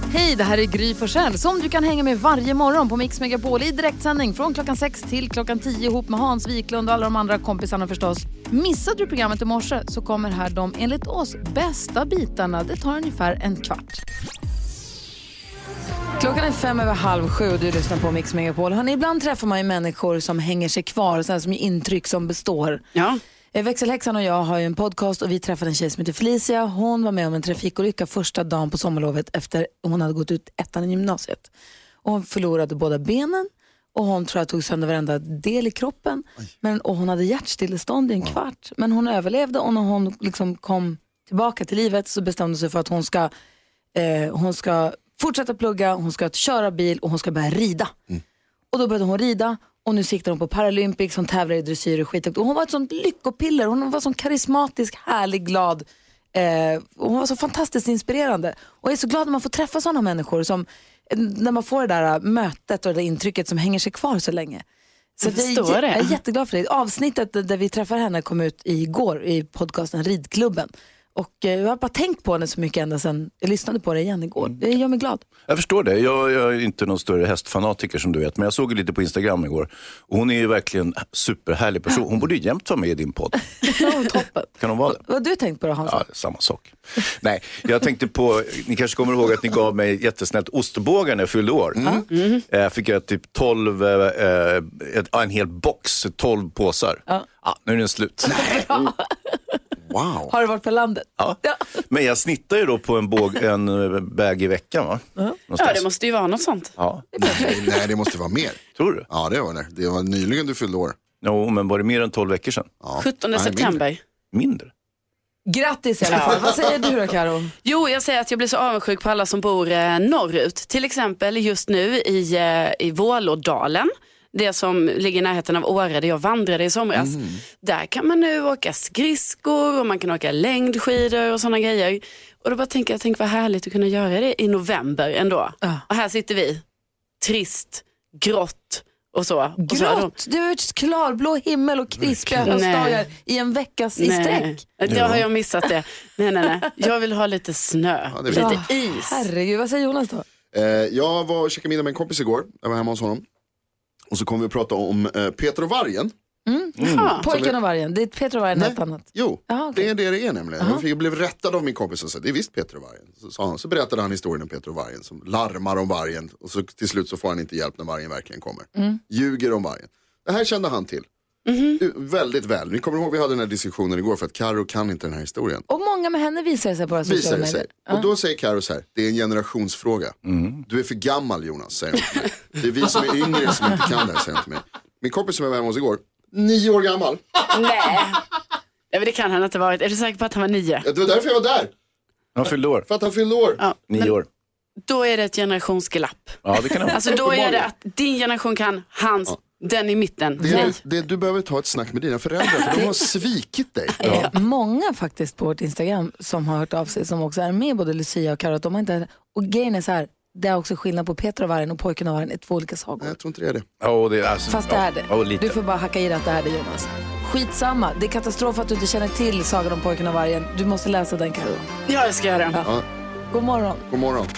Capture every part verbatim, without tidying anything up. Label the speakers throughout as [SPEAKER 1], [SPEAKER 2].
[SPEAKER 1] Hej, det här är Gry Forssell som du kan hänga med varje morgon på Mix Megapol i direktsändning från klockan sex till klockan tio ihop med Hans Wiklund och alla de andra kompisarna förstås. Missade du programmet i morse så kommer här de enligt oss bästa bitarna. Det tar ungefär en kvart. Klockan är fem över halv sju och du lyssnar på Mix Megapol. Hörrni, ibland träffar man ju människor som hänger sig kvar, så här som intryck som består.
[SPEAKER 2] Ja.
[SPEAKER 1] Växelhäxan och jag har ju en podcast och vi träffade en tjej som heter Felicia. Hon var med om en trafikolycka första dagen på sommarlovet efter hon hade gått ut ettan i gymnasiet. Och hon förlorade båda benen och hon tror jag tog sönder varenda del i kroppen. Men, och hon hade hjärtstillestånd i en kvart. Men hon överlevde och när hon liksom kom tillbaka till livet så bestämde hon sig för att hon ska, eh, hon ska fortsätta plugga, hon ska köra bil och hon ska börja rida. Mm. Och då började hon rida. Och nu siktar hon på Paralympics, hon tävlar i dressyr och skit. Och hon var ett sånt lyckopiller, hon var så karismatisk, härlig, glad. Eh, och hon var så fantastiskt inspirerande. Och jag är så glad när man får träffa sådana människor som, när man får det där mötet och det intrycket som hänger sig kvar så länge. Så
[SPEAKER 2] jag,
[SPEAKER 1] jag, är, jag är jätteglad för det. Avsnittet där vi träffar henne kom ut igår i podcasten Ridklubben. Och eh, jag har bara tänkt på henne så mycket ända sedan jag lyssnade på det igen igår. Det gör mig glad.
[SPEAKER 3] Jag förstår det. Jag, jag är inte någon större hästfanatiker som du vet. Men jag såg lite på Instagram igår. Och hon är ju verkligen superhärlig person. Hon borde ju jämt vara med i din podd.
[SPEAKER 1] Toppen.
[SPEAKER 3] Kan hon vara det?
[SPEAKER 1] Vad har du tänkt på då, Hans?
[SPEAKER 3] Ja, samma sak. Nej, jag tänkte på, ni kanske kommer ihåg att ni gav mig jättesnällt ostbågar när jag fyllde år. Mm. Mm. Jag fick jag typ tolv, eh, ett, en hel box, tolv påsar. Ja. Ja, nu är den slut.
[SPEAKER 1] Ja.
[SPEAKER 3] Wow.
[SPEAKER 1] Har du varit på landet?
[SPEAKER 3] Ja. Ja. Men jag snittar ju då på en, båg, en bag i veckan, va?
[SPEAKER 2] Uh-huh. Ja, det måste ju vara något sånt.
[SPEAKER 3] Ja.
[SPEAKER 4] Nej, nej, det måste vara mer.
[SPEAKER 3] Tror du?
[SPEAKER 4] Ja, det var det. Det var nyligen du fyllde år.
[SPEAKER 3] Jo, men var det mer än tolv veckor sedan?
[SPEAKER 2] Ja. sjuttonde september.
[SPEAKER 3] Mindre. mindre.
[SPEAKER 1] Grattis i alla fall. Vad säger du då, Karo?
[SPEAKER 2] Jo, jag säger att jag blir så avundsjuk på alla som bor eh, norrut. Till exempel just nu i, eh, i Vålådalen. Det som ligger i närheten av Åre där jag vandrade i somras. Mm. Där kan man nu åka skridskor och man kan åka längdskidor och sådana grejer. Och då bara tänker jag, tänk vad härligt att kunna göra det i november ändå. Uh. Och här sitter vi, trist, grått och så.
[SPEAKER 1] Grått?
[SPEAKER 2] Och så de...
[SPEAKER 1] Du har varit klarblå himmel och krispiga höstdagar i en veckas i sträck.
[SPEAKER 2] Det har jag missat det. Nej, nej, nej. Jag vill ha lite snö, ja, lite ja, is.
[SPEAKER 1] Herregud, vad säger Jonas då?
[SPEAKER 4] Eh, jag var och käkade middag med en kompis igår. Jag var hemma hos honom. Och så kommer vi att prata om eh, Peter och vargen.
[SPEAKER 1] Mm. Mm. Pojken och vargen, det är Peter och vargen något annat.
[SPEAKER 4] Jo,
[SPEAKER 1] Aha, okay.
[SPEAKER 4] det är det det är nämligen. Aha. Jag blev rättad av min kompis och sa, det är visst Peter och vargen. Så, sa han, så berättade han historien om Peter och vargen som larmar om vargen. Och så till slut så får han inte hjälp när vargen verkligen kommer. Mm. Ljuger om vargen. Det här kände han till. Mm-hmm. Väldigt väl. Ni kommer ihåg vi hade den här diskussionen igår för att Karo kan inte den här historien.
[SPEAKER 1] Och många med henne visar sig på våra sociala medier.
[SPEAKER 4] Uh. Och då säger Karo så här, det är en generationsfråga. Mm. Du är för gammal, Jonas, säger hon till mig. Det är vi som är yngre som inte kan det här, säger hon till mig. Min kompis som jag var med oss igår, nio år gammal.
[SPEAKER 2] Nej, men det kan han inte varit. Är du säker på att han var nio?
[SPEAKER 4] Ja, det var därför jag var där.
[SPEAKER 3] Han fyllde år.
[SPEAKER 4] För att han fyllde år.
[SPEAKER 2] Ja,
[SPEAKER 3] nio år.
[SPEAKER 2] Då är det ett generationsglapp.
[SPEAKER 3] Ja, det kan det.
[SPEAKER 2] Alltså då är det att din generation kan, hans, ja. Den i mitten.
[SPEAKER 4] Det är, det, du behöver ta ett snack med dina föräldrar för de har svikit dig.
[SPEAKER 1] Ja. Många faktiskt på vårt Instagram som har hört av sig som också är med, både Lucia och Karo. De har inte, och grejen är så här, det är också skillnad på Peter och vargen och pojken och vargen är två olika sagor.
[SPEAKER 4] Nej, jag tror inte det är det.
[SPEAKER 3] Oh, det är alltså,
[SPEAKER 1] fast det är det.
[SPEAKER 3] Oh,
[SPEAKER 1] du får bara hacka i det att det är det, Jonas. Skitsamma, det är katastrof att du inte känner till sagan om pojken och vargen. Du måste läsa den, Karo.
[SPEAKER 2] Ja, jag ska göra det.
[SPEAKER 1] Ja. Ja. God morgon.
[SPEAKER 4] God morgon.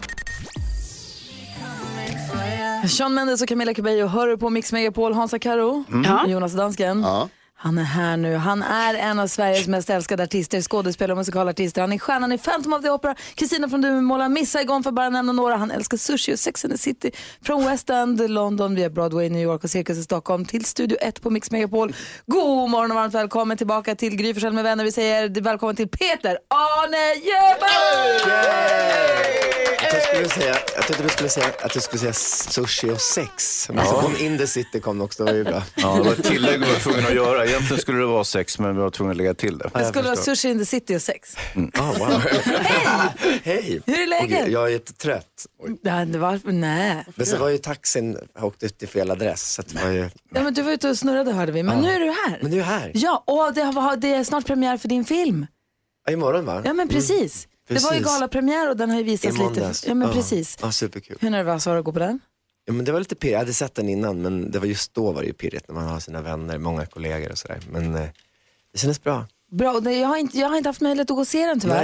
[SPEAKER 1] Shawn Mendes och Camilla Cabello hör på Mix Megapol. Hansa Karo, mm. Jonas Dansken.
[SPEAKER 4] Ja.
[SPEAKER 1] Han är här nu. Han är en av Sveriges mest älskade artister, skådespelare och musikalartister. Han är stjärnan i Phantom of the Opera, Kristina från Duvemåla, Miss Saigon för bara nämna några. Han älskar sushi och Sex and the City. Från West End, London, via Broadway, New York och Cirkus i Stockholm till Studio ett på Mix Megapol. God morgon och varmt välkommen tillbaka till Gry Forssell med vänner. Vi säger välkommen till Peter Arne Jöback!
[SPEAKER 5] Jag skulle säga, jag trodde du skulle säga att du skulle säga sushi och sex. Men ja. Så kom In the City kom också, det var ju bra.
[SPEAKER 3] Ja, det var ett tillägg vi var tvungna att göra. Egentligen skulle det vara sex, men vi var tvungna att lägga till det.
[SPEAKER 1] Det skulle vara sushi in the city och sex.
[SPEAKER 5] Mm. Oh, wow.
[SPEAKER 1] Hej!
[SPEAKER 5] Hej!
[SPEAKER 1] Hur är läget?
[SPEAKER 5] Okay, jag är jättetrött.
[SPEAKER 1] Ja, det var, nej.
[SPEAKER 5] Men så var ju taxin, jag åkte ut till fel adress. Så det var ju...
[SPEAKER 1] Ja, men du var ute och snurrade, hörde vi. Men ja. Nu är du här.
[SPEAKER 5] Men du är här.
[SPEAKER 1] Ja, och det, har, det är snart premiär för din film.
[SPEAKER 5] Ja, imorgon va?
[SPEAKER 1] Ja, men precis. Mm. Precis. Det var ju galapremiär och den har ju visats lite. Ja, men ja. Precis.
[SPEAKER 5] Ja, superkul.
[SPEAKER 1] Hur nervös var du att gå på den?
[SPEAKER 5] Ja, men det var lite pirrigt. Jag hade sett den innan, men det var just då var det ju pirrigt när man har sina vänner, många kollegor och sådär. Men eh, det kändes bra.
[SPEAKER 1] Bra, jag har, inte, jag har inte haft möjlighet att gå och se den tyvärr.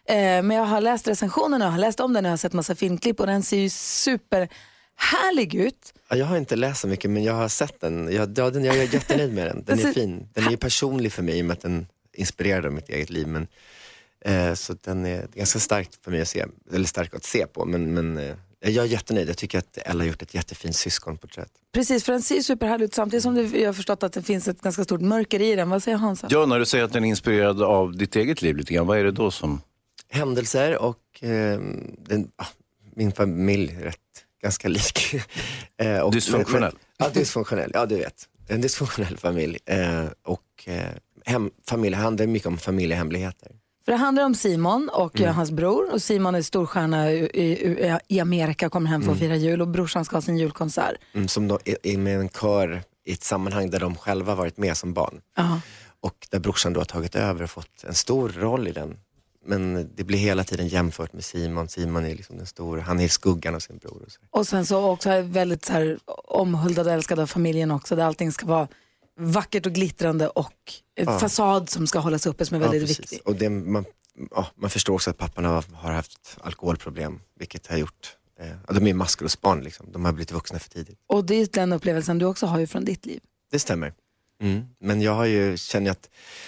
[SPEAKER 1] Eh, men jag har läst recensionerna, jag har läst om den och jag har sett massa filmklipp och den ser ju superhärlig ut.
[SPEAKER 5] Ja, jag har inte läst så mycket men jag har sett den. Jag, ja, den, jag är jättenöjd med den. Den är fin. Den är ju personlig för mig i och med att den inspirerar mitt eget liv. Men, eh, så den är ganska starkt för mig att se, eller starkt att se på. Men, men eh, jag är jättenöjd. Jag tycker att Ella har gjort ett jättefint syskonporträtt.
[SPEAKER 1] Precis, för den ser superhärlig ut samtidigt som jag har förstått att det finns ett ganska stort mörker i den. Vad säger Hansa?
[SPEAKER 3] Ja, när du säger att den är inspirerad av ditt eget liv lite grann, vad är det då som...
[SPEAKER 5] Händelser och eh, den, ah, min familj är rätt, ganska lik. eh, och,
[SPEAKER 3] dysfunktionell?
[SPEAKER 5] Men, ja, dysfunktionell. Ja, du vet. En dysfunktionell familj. Eh, och eh, hem, familj handlar mycket om familjehemligheter.
[SPEAKER 1] För det handlar om Simon och mm. hans bror. Och Simon är storstjärna i, i, i Amerika, kommer hem för att mm. fira jul. Och brorsan ska ha sin julkonsert.
[SPEAKER 5] Mm, som då är, är med en kör i ett sammanhang där de själva varit med som barn.
[SPEAKER 1] Uh-huh.
[SPEAKER 5] Och där brorsan då har tagit över och fått en stor roll i den. Men det blir hela tiden jämfört med Simon. Simon är liksom den stora, han är i skuggan av sin bror. Och, så.
[SPEAKER 1] Och sen så också är väldigt så här omhuldad och älskad av familjen också. Där allting ska vara vackert och glittrande och ja. fasad som ska hållas uppe som är väldigt ja, viktig.
[SPEAKER 5] Och det, man, ja, man förstår också att papporna har, har haft alkoholproblem, vilket har gjort, eh, ja, de är maskros barn liksom. De har blivit vuxna för tidigt.
[SPEAKER 1] Och det är den upplevelsen du också har ju från ditt liv.
[SPEAKER 5] Det stämmer. Mm. Men jag har ju, känner att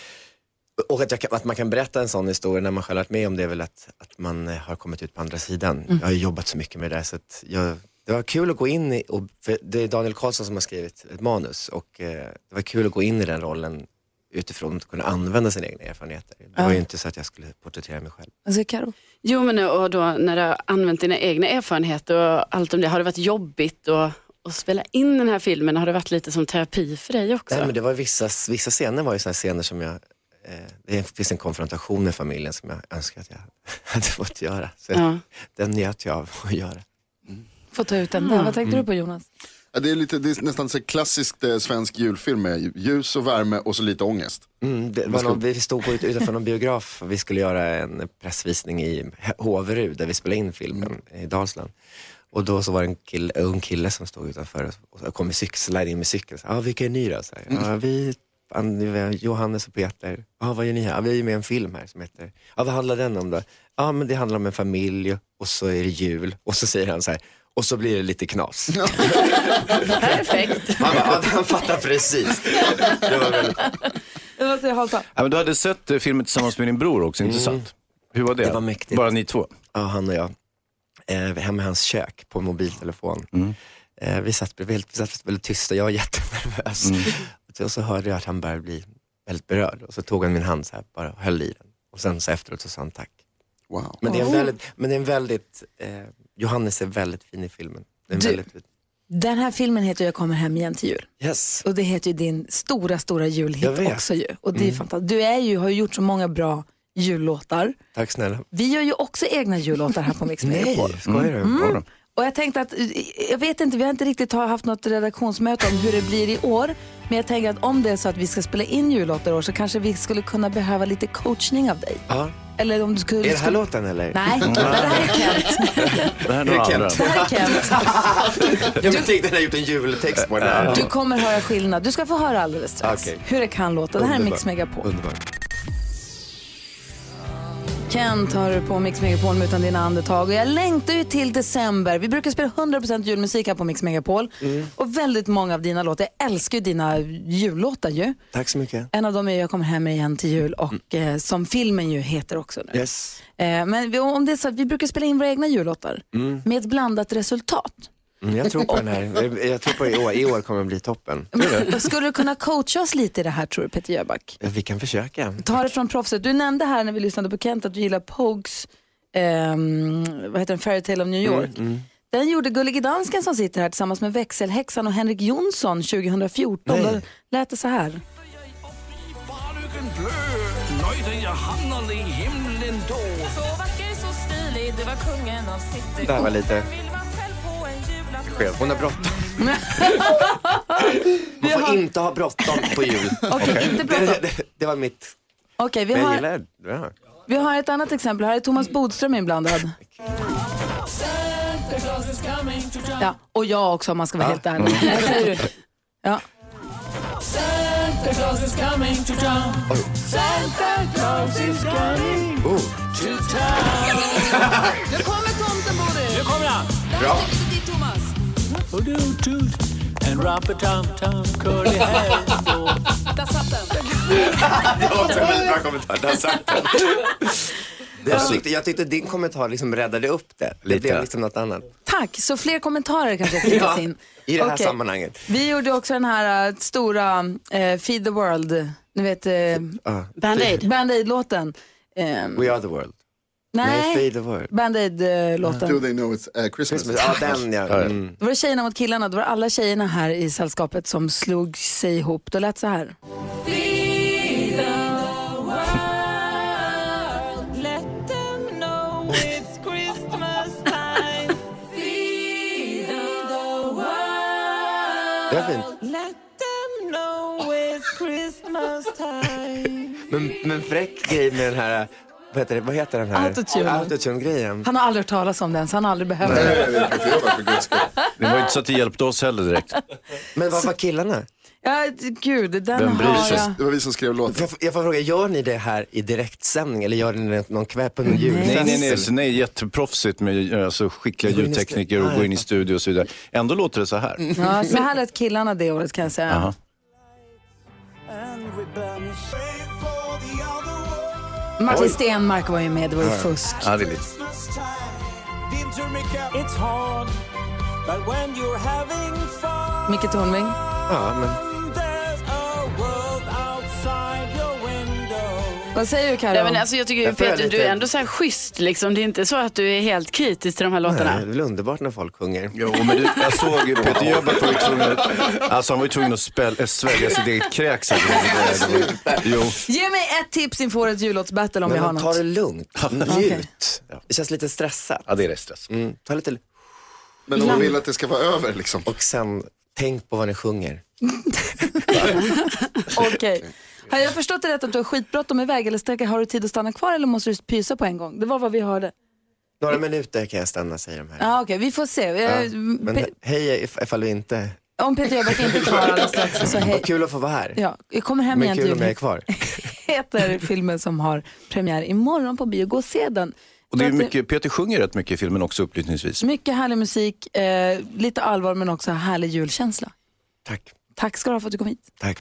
[SPEAKER 5] och att, jag kan, att man kan berätta en sån historia när man själv varit med om det är väl att, att man har kommit ut på andra sidan. Mm. Jag har jobbat så mycket med det så att jag, det var kul att gå in i, och för det är Daniel Karlsson som har skrivit ett manus och eh, det var kul att gå in i den rollen utifrån att kunna använda sina egna erfarenheter. Det var ju inte så att jag skulle porträttera mig själv.
[SPEAKER 1] Alltså, Karo?
[SPEAKER 2] Jo, men och då när du har använt dina egna erfarenheter och allt om det, har det varit jobbigt och att spela in den här filmen, har det varit lite som terapi för dig också?
[SPEAKER 5] Nej, men det var vissa, vissa scener var ju sådana scener som jag det finns en konfrontation med familjen som jag önskar att jag hade fått göra. Så ja. Den njöt jag av att göra.
[SPEAKER 1] Mm. Få ta ut den där. Mm. Vad tänkte mm. du på, Jonas?
[SPEAKER 4] Ja, det, är lite, det är nästan så klassiskt eh, svensk julfilm med ljus och värme och så lite ångest.
[SPEAKER 5] Mm, det var ska... någon, vi stod på utanför någon biograf och vi skulle göra en pressvisning i Håverud där vi spelade in filmen mm. i Dalsland. Och då så var det en kille, ung kille som stod utanför och kom med cykel, in med cykeln. Ja, ah, vilka är ni då? Så här, ah, vi Johannes och Peter. Ja, ah, vad gör ni här? Ah, vi är ju med i en film här som heter. Ja, ah, vad handlar den om då? Ja, ah, men det handlar om en familj och så är det jul. Och så säger han så här, och så blir det lite knas.
[SPEAKER 2] Perfekt.
[SPEAKER 5] Han, bara, ah, han fattar precis. Det var väldigt...
[SPEAKER 1] Det var så jag ja,
[SPEAKER 3] men du hade sett uh, filmen tillsammans med din bror också, mm. intressant. Hur var det?
[SPEAKER 5] Det var mäktigt.
[SPEAKER 3] Bara ni två?
[SPEAKER 5] Ja, han och jag. Eh, hemma i hans kök på mobiltelefon.
[SPEAKER 3] Mm.
[SPEAKER 5] Eh, vi, satt, vi, vi satt väldigt tysta, jag var jättenervös. Mm. Och så hörde jag att han började bli väldigt berörd. Och så tog han min hand så här, bara och höll i den. Och sen så efteråt så sa han tack.
[SPEAKER 4] Wow.
[SPEAKER 5] Men det är en väldigt, men det är en väldigt eh, Johannes är väldigt fin i filmen. Det är
[SPEAKER 1] du,
[SPEAKER 5] väldigt...
[SPEAKER 1] Den här filmen heter Jag kommer hem igen till jul.
[SPEAKER 5] Yes.
[SPEAKER 1] Och det heter ju din stora, stora julhit också ju. Och det är
[SPEAKER 5] mm.
[SPEAKER 1] fantastiskt. Du är ju, har ju gjort så många bra jullåtar.
[SPEAKER 5] Tack snälla.
[SPEAKER 1] Vi gör ju också egna jullåtar här på Mix Megapol.
[SPEAKER 5] Nej, skojar du?
[SPEAKER 1] Mm. Mm. Och jag tänkte att, jag vet inte, vi har inte riktigt haft något redaktionsmöte om hur det blir i år. Men jag tänker att om det är så att vi ska spela in jullåtar i år så kanske vi skulle kunna behöva lite coachning av dig.
[SPEAKER 5] Ja.
[SPEAKER 1] Eller om du skulle,
[SPEAKER 5] är det här
[SPEAKER 1] skulle...
[SPEAKER 5] låten eller?
[SPEAKER 1] Nej, det här är Kent.
[SPEAKER 3] Det här är några andra.
[SPEAKER 1] Det här är Kent.
[SPEAKER 5] Jag tänkte att den har gjort en jultext på den här.
[SPEAKER 1] Du kommer höra skillnad. Du ska få höra alldeles strax. Okay. Hur det kan låta. Det här är Mix Megapol.
[SPEAKER 5] Underbart.
[SPEAKER 1] Kent hör på Mix Megapol med Utan dina andetag. Och jag längtar ju till december. Vi brukar spela hundra procent julmusik här på Mix Megapol. Mm. Och väldigt många av dina låtar. Jag älskar ju dina jullåtar ju.
[SPEAKER 5] Tack så mycket.
[SPEAKER 1] En av dem är Jag kommer hem igen till jul. Och mm. eh, som filmen ju heter också nu.
[SPEAKER 5] Yes.
[SPEAKER 1] Eh, men vi, om det är så att vi brukar spela in våra egna jullåtar. Mm. Med ett blandat resultat.
[SPEAKER 5] Mm, jag tror på den här. Jag tror på i år. I år kommer det bli toppen.
[SPEAKER 1] Skulle du kunna coacha oss lite i det här, tror du, Peter Jöback?
[SPEAKER 5] Ja, vi kan försöka.
[SPEAKER 1] Ta det från proffset. Du nämnde här när vi lyssnade på Kent att du gillar Pogues um, vad heter den? Fairy Tale of New York. Mm, mm. Den gjorde Gullige Dansken som sitter här tillsammans med Växelhäxan och Henrik Jonsson tjugo fjorton. Då lät det så här.
[SPEAKER 5] Det här var lite... Hon har bråttom. Man får har... inte ha bråttom på jul.
[SPEAKER 1] Okej, okay, inte bråttom.
[SPEAKER 5] Det, det, det var mitt...
[SPEAKER 1] Okej, okay, vi, har... ja. vi har ett annat exempel. Här är Thomas Bodström inblandad. Ja, och jag också om man ska vara ja. helt ärlig. Mm. Säger du? Ja.
[SPEAKER 6] Santa Claus is coming to town. Santa Claus is coming
[SPEAKER 5] Oh.
[SPEAKER 6] to town.
[SPEAKER 1] Nu kommer tomten, Bodil.
[SPEAKER 6] Nu kommer han.
[SPEAKER 1] Det här stycket är ditt, Thomas.
[SPEAKER 6] Och du tut en rampetam-tam curly hair.
[SPEAKER 1] Där satt den.
[SPEAKER 3] Det var också en väldigt bra kommentar. Där satt den.
[SPEAKER 5] Jag tyckte, jag tyckte din kommentar liksom räddade upp det. Det blev liksom något annat.
[SPEAKER 1] Tack, så fler kommentarer kanske skickas in.
[SPEAKER 5] I det här
[SPEAKER 1] Okej.
[SPEAKER 5] sammanhanget.
[SPEAKER 1] Vi gjorde också den här uh, stora uh, Feed the World, ni vet, uh,
[SPEAKER 5] Uh,
[SPEAKER 2] Band-Aid.
[SPEAKER 1] Band-Aid-låten. Um,
[SPEAKER 5] We are the world.
[SPEAKER 1] nej,
[SPEAKER 5] Feed the world.
[SPEAKER 1] Band-Aid-låten.
[SPEAKER 4] Do they know it's uh, Christmas?
[SPEAKER 5] Ja, den ja. Mm.
[SPEAKER 1] Då var det tjejerna mot killarna, då var det alla tjejerna här i sällskapet som slog sig ihop. Då lät så här.
[SPEAKER 5] Det är fint. Men, men fräck grej med den här, vad heter, det, vad heter den här?
[SPEAKER 1] Autotune.
[SPEAKER 5] Autotune-grejen.
[SPEAKER 1] Han har aldrig hört talas om den, så han har aldrig behövt
[SPEAKER 4] Nej,
[SPEAKER 1] den.
[SPEAKER 4] nej, nej, det var för guds skull.
[SPEAKER 3] Det var inte så att det hjälpte oss heller direkt.
[SPEAKER 5] Men vad var killarna?
[SPEAKER 1] Ja, gud, den
[SPEAKER 3] Vem bryr
[SPEAKER 1] har
[SPEAKER 3] sig?
[SPEAKER 1] jag.
[SPEAKER 4] Det var vi som skrev låten.
[SPEAKER 5] Jag, jag får fråga, gör ni det här i direktsändning eller gör ni det någon kväll på någon julfest?
[SPEAKER 3] Nej, nej, nej. Så nej, jätteproffsigt med alltså, skickliga
[SPEAKER 5] Gå in i
[SPEAKER 3] ljudtekniker
[SPEAKER 5] stu-
[SPEAKER 3] och gå in i studio och så vidare. Ändå låter det så här.
[SPEAKER 1] Ja, så här lät killarna det året kan jag säga.
[SPEAKER 3] Aha.
[SPEAKER 1] Martin Stenmark var ju med, det var ju fusk.
[SPEAKER 3] Ja, det är lite.
[SPEAKER 6] It's hard, but when you're having fun,
[SPEAKER 1] Micke Tornving.
[SPEAKER 5] Ja, men
[SPEAKER 6] there's a world outside your window.
[SPEAKER 1] Vad säger du, Karo?
[SPEAKER 2] Ja, men alltså, jag tycker
[SPEAKER 5] Jag får
[SPEAKER 2] Peter,
[SPEAKER 5] lite-
[SPEAKER 2] du är ändå så här schysst liksom. Det är inte så att du är helt kritisk till de här låtarna.
[SPEAKER 5] nej, det är väl underbart när folk sjunger.
[SPEAKER 3] Jo, men du, jag såg ju Peter Jöback var ju tvungen, alltså han var ju tvungen att spel, svälja sitt eget kräks. Jo.
[SPEAKER 1] Ge mig ett tips inför årets jullåtsbattle om
[SPEAKER 5] Men
[SPEAKER 1] jag har
[SPEAKER 5] man tar
[SPEAKER 1] något.
[SPEAKER 5] det lugnt, njut. Det känns lite stressat.
[SPEAKER 3] Ja, det är det stress.
[SPEAKER 5] Mm, ta lite
[SPEAKER 4] Men om man vill att det ska vara över liksom.
[SPEAKER 5] och sen tänk på vad ni sjunger.
[SPEAKER 1] Okej. Har jag förstått det rätt att du har skitbråttom iväg eller stökar, har du tid att stanna kvar eller måste du pysa på en gång? Det var vad vi hörde.
[SPEAKER 5] Några minuter kan jag stanna, säger de här.
[SPEAKER 1] Ja, okej, vi får se.
[SPEAKER 5] Ja,
[SPEAKER 1] Eh,
[SPEAKER 5] men
[SPEAKER 1] Pe-
[SPEAKER 5] hej if- ifall du inte...
[SPEAKER 1] om Peter Jöback inte tar alldeles strax så hej.
[SPEAKER 5] Vad kul att få vara här.
[SPEAKER 1] Ja, jag kommer hem
[SPEAKER 5] Men
[SPEAKER 1] igen
[SPEAKER 5] kul
[SPEAKER 1] till
[SPEAKER 5] om jag är
[SPEAKER 1] jul.
[SPEAKER 5] kvar.
[SPEAKER 1] Heter filmen som har premiär imorgon på bio. Gå och se den.
[SPEAKER 3] Och det är
[SPEAKER 1] För att
[SPEAKER 3] mycket, Peter sjunger rätt mycket i filmen också upplysningsvis.
[SPEAKER 1] mycket härlig musik, eh, lite allvar men också härlig julkänsla.
[SPEAKER 5] Tack.
[SPEAKER 1] Tack ska du ha för att du kom hit.
[SPEAKER 5] Tack.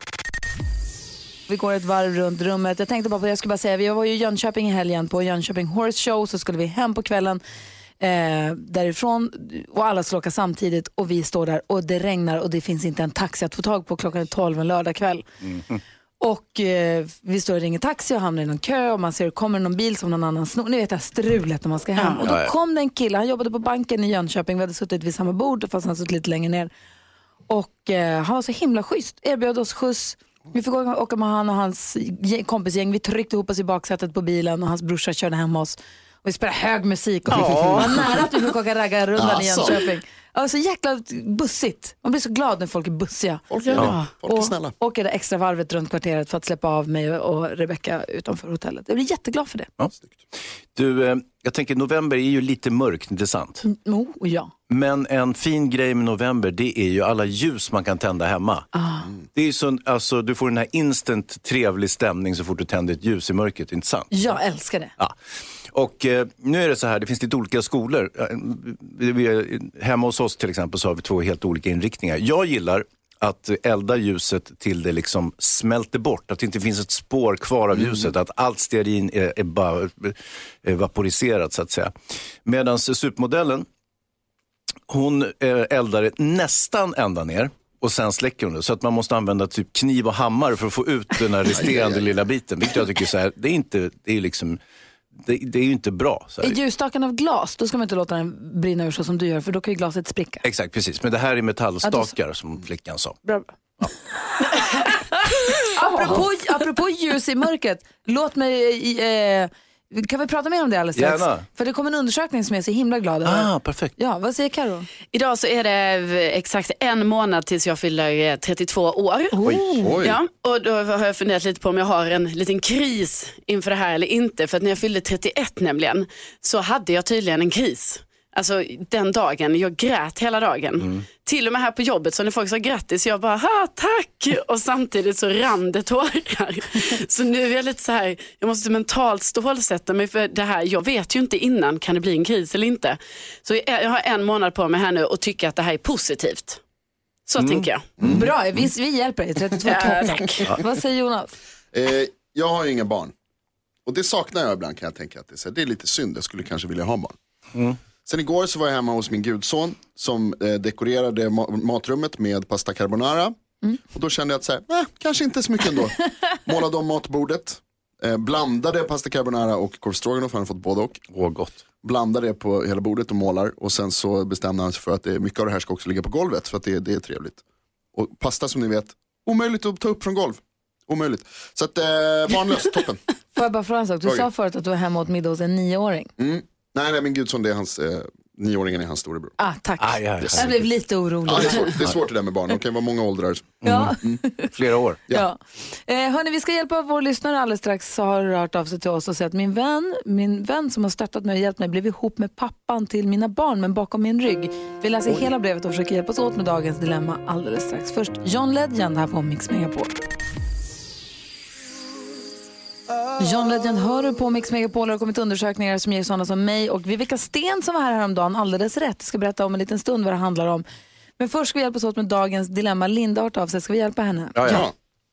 [SPEAKER 1] Vi går ett varv runt rummet. Jag tänkte bara på det, jag skulle bara säga, vi var ju i Jönköping i helgen på Jönköping Horse Show, så skulle vi hem på kvällen eh, därifrån och alla ska åka samtidigt och vi står där och det regnar och det finns inte en taxi att få tag på klockan tolv en lördag kväll. Mm. Och eh, vi står och ringer taxi och hamnar i någon kö och man ser att kommer någon bil som någon annan snor. Ni vet det här strulet när man ska hem. Och då
[SPEAKER 3] Ja, ja.
[SPEAKER 1] kom det en kille, han jobbade på banken i Jönköping, vi hade suttit vid samma bord fast han suttit lite längre ner. Och eh, han var så himla schysst, erbjöd oss skjuts. Vi fick åka, åka med han och hans gäng- kompisgäng. Vi tryckte ihop oss i baksätet på bilen och hans brorsa körde hem oss. Och vi spelade hög musik och det var nära att vi fick åka raggarrundan i Jönköping. Ja, så jäkla bussigt. Man blir så glad när folk är bussiga.
[SPEAKER 4] Folk är,
[SPEAKER 1] Ja.
[SPEAKER 4] folk är
[SPEAKER 1] Och
[SPEAKER 4] snälla.
[SPEAKER 1] åker det extra varvet runt kvarteret för att släppa av mig och Rebecca utanför hotellet. Jag blir jätteglad för det.
[SPEAKER 3] Ja. Du, eh, jag tänker november är ju lite mörkt, inte sant?
[SPEAKER 1] Oh, ja.
[SPEAKER 3] Men en fin grej med november, det är ju alla ljus man kan tända hemma.
[SPEAKER 1] Ah.
[SPEAKER 3] Det är ju så, alltså, du får den här instant trevlig stämning så fort du tänder ett ljus i mörkret, inte sant?
[SPEAKER 1] Jag älskar det.
[SPEAKER 3] Ja. Och eh, nu är det så här, det finns lite olika skolor. Eh, vi är, hemma hos oss till exempel så har vi två helt olika inriktningar. Jag gillar att elda ljuset till det liksom smälter bort. Att det inte finns ett spår kvar av ljuset. Att allt stearin är, är bara är vaporiserat så att säga. Medan supermodellen, hon eh, eldar det nästan ända ner. Och sen släcker hon det. Så att man måste använda typ kniv och hammare för att få ut den här resterande lilla biten. Vilket jag tycker så här, det är inte, det är liksom... Det, det är ju inte bra. Så här.
[SPEAKER 1] Är ljusstaken av glas, då ska man inte låta den brinna ur så som du gör, för då kan ju glaset spricka.
[SPEAKER 3] Exakt, precis. Men det här är metallstakar
[SPEAKER 1] Ja, då...
[SPEAKER 3] som flickan sa.
[SPEAKER 1] Bra, bra. Ja. apropå, apropå ljus i mörkret, låt mig... Eh, kan vi prata mer om det alldeles strax?
[SPEAKER 3] Gärna.
[SPEAKER 1] För det kom en undersökning som jag är så himla glad över.
[SPEAKER 3] Ah, perfekt.
[SPEAKER 1] Ja, vad säger Karo?
[SPEAKER 2] Idag så är det exakt en månad tills jag fyller trettiotvå år.
[SPEAKER 4] Oj, oj.
[SPEAKER 2] Ja, och då har jag funderat lite på om jag har en liten kris inför det här eller inte. För att när jag fyllde trettioett nämligen så hade jag tydligen en kris. Alltså den dagen, jag grät hela dagen. Mm. Till och med här på jobbet så när folk sa grattis, jag bara, ha tack! Och samtidigt så rann det tårar. Så nu är jag lite så här, jag måste mentalt stålsätta mig för det här. Jag vet ju inte innan, kan det bli en kris eller inte? Så jag har en månad på mig här nu och tycker att det här är positivt. Så mm. tänker jag.
[SPEAKER 1] Mm. Bra, vi, vi hjälper dig. trettiotvå ja, tack. Ja. Vad säger Jonas?
[SPEAKER 4] Eh, jag har ju inga barn. Och det saknar jag ibland, kan jag tänka. Att det, är, det är lite synd, jag skulle kanske vilja ha barn. Mm. Sen igår så var jag hemma hos min gudson som eh, dekorerade ma- matrummet med pasta carbonara. Mm. Och då kände jag att så här, eh, kanske inte så mycket ändå. Målade om matbordet. Eh, blandade pasta carbonara och korv stroganoff, han har fått både och.
[SPEAKER 3] Åh, gott.
[SPEAKER 4] Blandade det på hela bordet och målar. Och sen så bestämde han sig för att det, mycket av det här ska också ligga på golvet. För att det, det är trevligt. Och pasta som ni vet, omöjligt att ta upp från golv. Omöjligt. Så att eh, barnlöst, toppen.
[SPEAKER 1] Får jag bara fråga en sak? Du okay. sa förut att du var hemma åt middag hos en nioåring.
[SPEAKER 4] Mm. Nej, nej, min gudson, det är hans, eh, nioåringen är hans storebror.
[SPEAKER 1] Ah, tack.
[SPEAKER 3] Ah, ja,
[SPEAKER 1] yes. Jag blev lite orolig.
[SPEAKER 4] Ah, det, är svårt, det är svårt det där med barn, de kan vara många åldrar. Mm.
[SPEAKER 1] Ja.
[SPEAKER 3] Mm. Flera år.
[SPEAKER 1] Ja. Ja. Eh, hörni, vi ska hjälpa vår lyssnare alldeles strax. Så har rört av sig till oss och sagt att min vän, min vän som har stöttat mig och hjälpt mig blev ihop med pappan till mina barn, men bakom min rygg. Vi läser Oj. hela brevet och försöker hjälpas åt med dagens dilemma alldeles strax. Först John Legend här på Mix Megapol. John Legend hör du på Mix Megapol. Det har kommit undersökningar som ger sådana som mig och Vivica Sten som var här häromdagen alldeles rätt. Jag ska berätta om en liten stund vad det handlar om. Men först ska vi hjälpas åt med dagens dilemma. Linda har hört av sig. Ska vi hjälpa henne?
[SPEAKER 4] Ja, ja.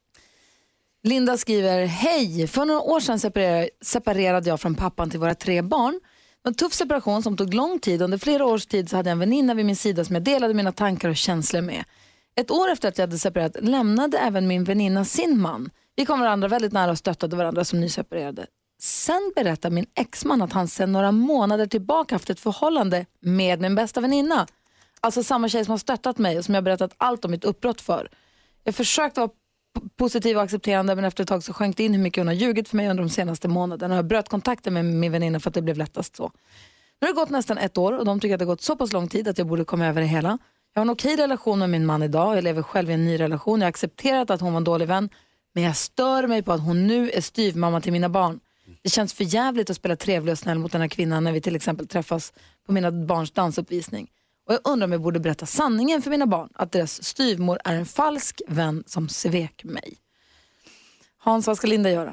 [SPEAKER 1] Linda skriver, hej, för några år sedan separerade, separerade jag från pappan till våra tre barn. Det var en tuff separation som tog lång tid. Under flera års tid så hade jag en väninna vid min sida som jag delade mina tankar och känslor med. Ett år efter att jag hade separerat lämnade även min väninna sin man. Vi kom varandra väldigt nära och stöttade varandra som nyseparerade. Sen berättar min exman att han sedan några månader tillbaka haft ett förhållande med min bästa väninna. Alltså samma tjej som har stöttat mig och som jag berättat allt om mitt uppbrott för. Jag försökte vara p- positiv och accepterande, men efter ett tag så sjönk det in hur mycket hon har ljugit för mig under de senaste månaderna. Jag bröt kontakten med min väninna för att det blev lättast så. Nu har det gått nästan ett år och de tycker att det har gått så pass lång tid att jag borde komma över det hela. Jag har en okej relation med min man idag. Jag lever själv i en ny relation. Jag har accepterat att hon var en dålig vän. Men jag stör mig på att hon nu är styvmamma till mina barn. Det känns för jävligt att spela trevlig och snäll mot den här kvinnan när vi till exempel träffas på mina barns dansuppvisning. Och jag undrar om jag borde berätta sanningen för mina barn. Att deras styvmor är en falsk vän som svek mig. Hans, vad ska Linda göra?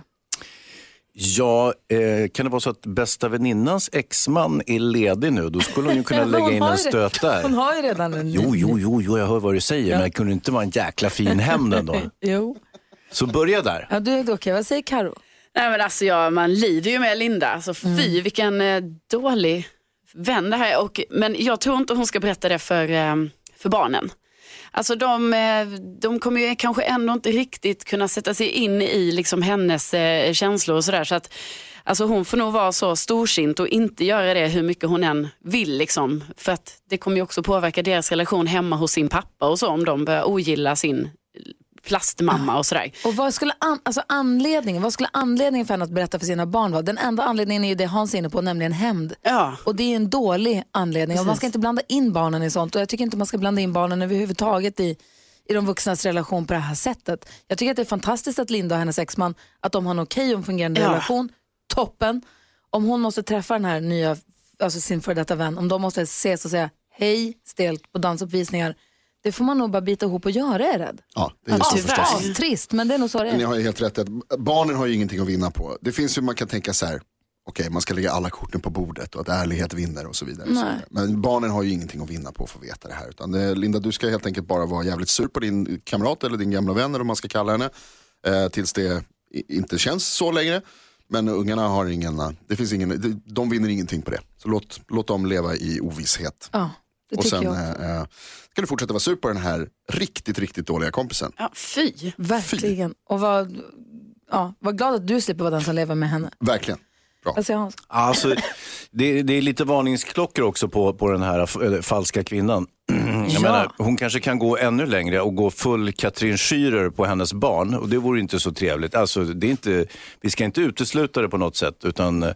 [SPEAKER 3] Ja, eh, kan det vara så att bästa väninnans exman är ledig nu? Då skulle hon ju kunna lägga in en stöt där.
[SPEAKER 1] Hon har ju redan en...
[SPEAKER 3] Jo, jo, jo, jo, jag hör vad du säger. Ja. Men det kunde inte vara en jäkla fin hämnd ändå.
[SPEAKER 1] Jo.
[SPEAKER 3] Så börja där.
[SPEAKER 1] Ja, du är okej. Okay. Vad säger Karo?
[SPEAKER 2] Nej, men alltså, ja, man lider ju med Linda. Alltså, fy, mm. vilken eh, dålig vän det här är. Och, men jag tror inte hon ska berätta det för, eh, för barnen. Alltså de, eh, de kommer ju kanske ändå inte riktigt kunna sätta sig in i liksom, hennes eh, känslor och sådär. Så att alltså, hon får nog vara så storsint och inte göra det hur mycket hon än vill. Liksom, för att det kommer ju också påverka deras relation hemma hos sin pappa och så, om de börjar ogilla sin plastmamma och sådär.
[SPEAKER 1] Och vad skulle an- alltså anledningen, vad skulle anledningen för henne att berätta för sina barn vara? Den enda anledningen är ju det Hans är inne på, nämligen hämnd.
[SPEAKER 2] Ja.
[SPEAKER 1] Och det är en dålig anledning. Och man ska inte blanda in barnen i sånt. Och jag tycker inte man ska blanda in barnen överhuvudtaget i, i de vuxnas relation på det här sättet. Jag tycker att det är fantastiskt att Linda och hennes exman, att de har en okej och fungerande ja. relation. Toppen. Om hon måste träffa den här nya, alltså sin för detta vän, om de måste ses och säga hej stelt på dansuppvisningar, det får man nog bara bita ihop och göra, är rädd.
[SPEAKER 4] Ja, det är så förstås.
[SPEAKER 1] Ja, trist, men det är nog så det är.
[SPEAKER 4] Ni har ju helt rätt att barnen har ju ingenting att vinna på. Det finns ju, man kan tänka så här, okej, okay, man ska lägga alla korten på bordet och att ärlighet vinner och så vidare. Och så vidare. Men barnen har ju ingenting att vinna på att få veta det här. Utan det, Linda, du ska helt enkelt bara vara jävligt sur på din kamrat eller din gamla vän, eller om man ska kalla henne, eh, tills det inte känns så längre. Men ungarna har ingen, det finns ingen, de vinner ingenting på det. Så låt, låt dem leva i ovisshet.
[SPEAKER 1] Ja.
[SPEAKER 4] Och sen äh, kan du fortsätta vara sur på den här riktigt, riktigt dåliga kompisen.
[SPEAKER 2] Ja, fy.
[SPEAKER 1] Verkligen. Fy. Och var, ja, var glad att du slipper vara den som lever med henne.
[SPEAKER 4] Verkligen. Bra.
[SPEAKER 1] Vad säger Hans?
[SPEAKER 3] Alltså, det, det är lite varningsklockor också på, på den här f- falska kvinnan. Jag
[SPEAKER 1] ja.
[SPEAKER 3] menar, hon kanske kan gå ännu längre och gå full Katrin Schürer på hennes barn. Och det vore inte så trevligt. Alltså, det är inte, vi ska inte utesluta det på något sätt, utan...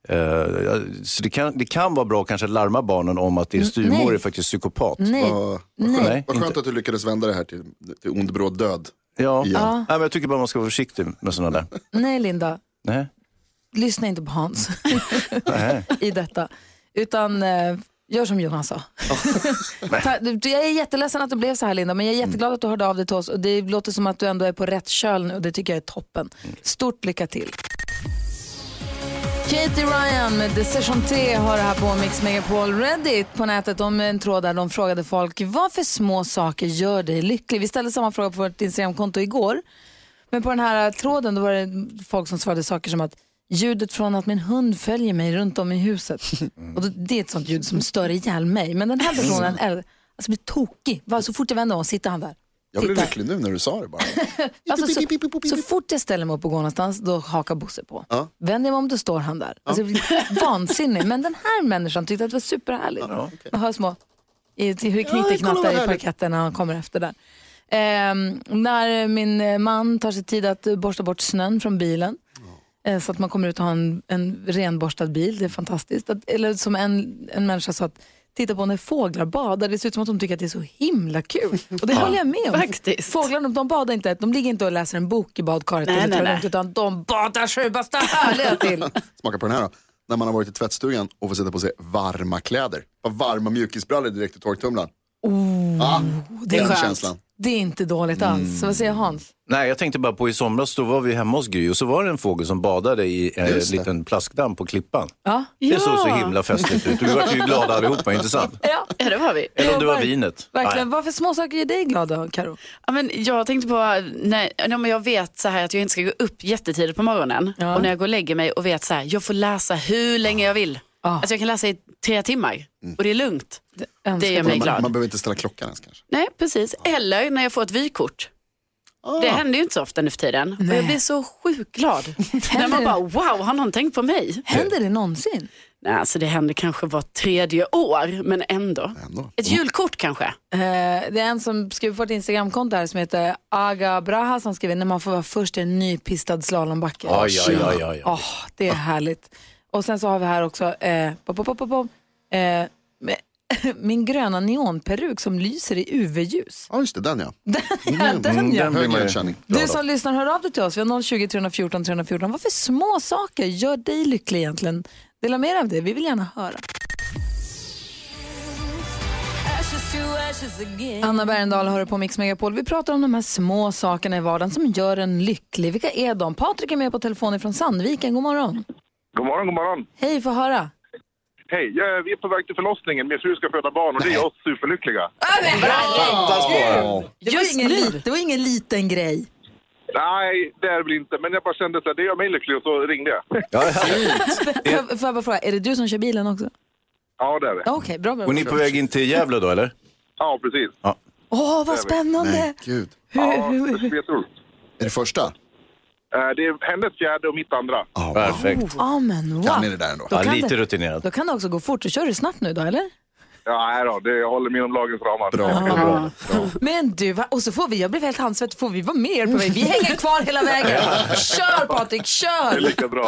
[SPEAKER 3] Uh, så det kan, det kan vara bra kanske att larma barnen om att din styvmor är faktiskt psykopat.
[SPEAKER 1] Nej.
[SPEAKER 4] Vad, vad
[SPEAKER 1] Nej.
[SPEAKER 4] skönt, vad skönt att du lyckades vända det här till, till ond bråd död.
[SPEAKER 3] Ja,
[SPEAKER 4] ja.
[SPEAKER 3] Nej, men jag tycker bara man ska vara försiktig med sådana där.
[SPEAKER 1] Nej, Linda.
[SPEAKER 3] Nej.
[SPEAKER 1] Lyssna inte på Hans i detta. Utan eh, Gör som Jonas sa. Jag är jätteledsen att det blev så här, Linda, men jag är jätteglad att du hörde av dig till oss. Och det låter som att du ändå är på rätt köl nu och det tycker jag är toppen. Stort lycka till. Katie Ryan med Decision T har det här på Mix Megapol. Reddit på nätet om en tråd där de frågade folk vad för små saker gör dig lycklig. Vi ställde samma fråga på vårt Instagramkonto igår. Men på den här tråden då var det folk som svarade saker som att ljudet från att min hund följer mig runt om i huset. Och det är ett sånt ljud som stör ihjäl mig. Men den här personen är, alltså blir tokig. Bara så fort jag vänder om sitter han där.
[SPEAKER 4] Jag blev lycklig nu när du sa det bara.
[SPEAKER 1] Alltså, så, så fort jag ställer mig upp och går någonstans då hakar Bosse på. Ja. Vänder jag mig om då står han där. Alltså, vansinnig. Men den här människan tyckte att det var superhärligt. Ja, okay. Man hör små i, hur det knitteknattar ja, i parketten när han kommer efter där. Eh, när min man tar sig tid att borsta bort snön från bilen. Ja. Så att man kommer ut och har en, en renborstad bil. Det är fantastiskt. Att, eller som en, en människa sa att titta på när fåglar badar. Det ser ut som att de tycker att det är så himla kul. Och det ja, håller jag med om.
[SPEAKER 2] Faktiskt.
[SPEAKER 1] Fåglarna, de badar inte. De ligger inte och läser en bok i badkaret. Nej, nej, nej. Utan de badar sig bästa härliga till.
[SPEAKER 4] Smaka på den här då. När man har varit i tvättstugan och får sätta på sig varma kläder. Varma mjukisbrallor direkt i torktumlaren.
[SPEAKER 1] Oh,
[SPEAKER 4] ah,
[SPEAKER 1] det är skönt.
[SPEAKER 4] Känslan.
[SPEAKER 1] Det är inte dåligt alls. Mm. Vad säger Hans?
[SPEAKER 3] Nej, jag tänkte bara på i somras då var vi hemma hos Gry och så var det en fågel som badade i en liten plaskdamm på klippan.
[SPEAKER 1] Ja.
[SPEAKER 3] Det såg så himla festligt ut. Vi var ju glada allihopa, inte sant?
[SPEAKER 2] Ja, ja det var vi.
[SPEAKER 3] Eller om det var vinet.
[SPEAKER 1] Verkligen. Vad för små saker gör dig glada, Karo?
[SPEAKER 2] Ja, men jag tänkte på, nej, men jag vet så här att jag inte ska gå upp jättetidigt på morgonen. Ja. Och när jag går och lägger mig och vet så här, jag får läsa hur länge jag vill. Ah. Alltså jag kan läsa i tre timmar mm. och det är lugnt. Det, det gör mig glad.
[SPEAKER 4] Man, man behöver inte ställa klockan ens kanske.
[SPEAKER 2] Nej, precis. Ah. Eller när jag får ett vykort. Ah. Det händer ju inte så ofta nu för tiden. Nej. Och jag blir så sjukt glad. När man bara, wow, har någon tänkt på mig?
[SPEAKER 1] Händer det någonsin?
[SPEAKER 2] Nej, alltså det händer kanske var tredje år, men ändå. ändå. Ett julkort kanske. Uh,
[SPEAKER 1] det är en som skriver på ett Instagramkonto här som heter Aga Braha som skriver när man får vara först i en nypistad slalombacke.
[SPEAKER 3] Oj, oj, oj, oj.
[SPEAKER 1] Oh, det är härligt. Och sen så har vi här också eh, pop, pop, pop, pop, eh, min gröna neonperuk som lyser i U V-ljus.
[SPEAKER 4] Ja, just det, den ja.
[SPEAKER 1] Den, ja, den, mm, ja.
[SPEAKER 4] Den man,
[SPEAKER 1] du som lyssnar, hör av dig till oss. Vi har noll tjugo, tre fjorton, tre fjorton. Vad för små saker gör dig lycklig egentligen? Dela mer av det, vi vill gärna höra. Anna Bergendahl hör på Mix Megapol. Vi pratar om de här små sakerna i vardagen som gör en lycklig. Vilka är de? Patrik är med på telefon från Sandviken. God morgon.
[SPEAKER 7] God morgon, god morgon.
[SPEAKER 1] Hej, få höra.
[SPEAKER 7] Hej, jag, vi är på väg till förlossningen. Min fru ska föda barn och det är oss superlyckliga.
[SPEAKER 1] Det var, ingen li- det var ingen liten grej.
[SPEAKER 7] Nej, det är väl inte. Men jag bara kände att det gör mig lycklig och så ringde jag.
[SPEAKER 3] Ja,
[SPEAKER 1] får, får jag bara fråga, är det du som kör bilen också?
[SPEAKER 7] Ja, det är det.
[SPEAKER 1] Okej, okay, bra, bra.
[SPEAKER 3] Och ni är på väg in till Gävle då, eller?
[SPEAKER 7] Ja, precis.
[SPEAKER 3] Ja.
[SPEAKER 1] Åh, vad spännande.
[SPEAKER 4] Nej, gud.
[SPEAKER 7] Ja, det är jätteroligt.
[SPEAKER 4] Är det första?
[SPEAKER 7] Det är hennes fjärde och mitt andra.
[SPEAKER 3] Oh, perfekt.
[SPEAKER 1] Oh, men, wow.
[SPEAKER 4] Kan ni det där ändå?
[SPEAKER 3] Ja, lite
[SPEAKER 1] det,
[SPEAKER 3] rutinerad.
[SPEAKER 1] Då kan det också gå fort. Du kör du snabbt nu då, eller?
[SPEAKER 7] Ja, nej då. Det, jag håller mig inom lagens ramar.
[SPEAKER 4] Bra, ah. bra, bra.
[SPEAKER 1] Men du, och så får vi, jag blev helt handsvett, får vi vara med på väg? Vi hänger kvar hela vägen. Kör Patrik, kör!
[SPEAKER 7] Det är lika bra.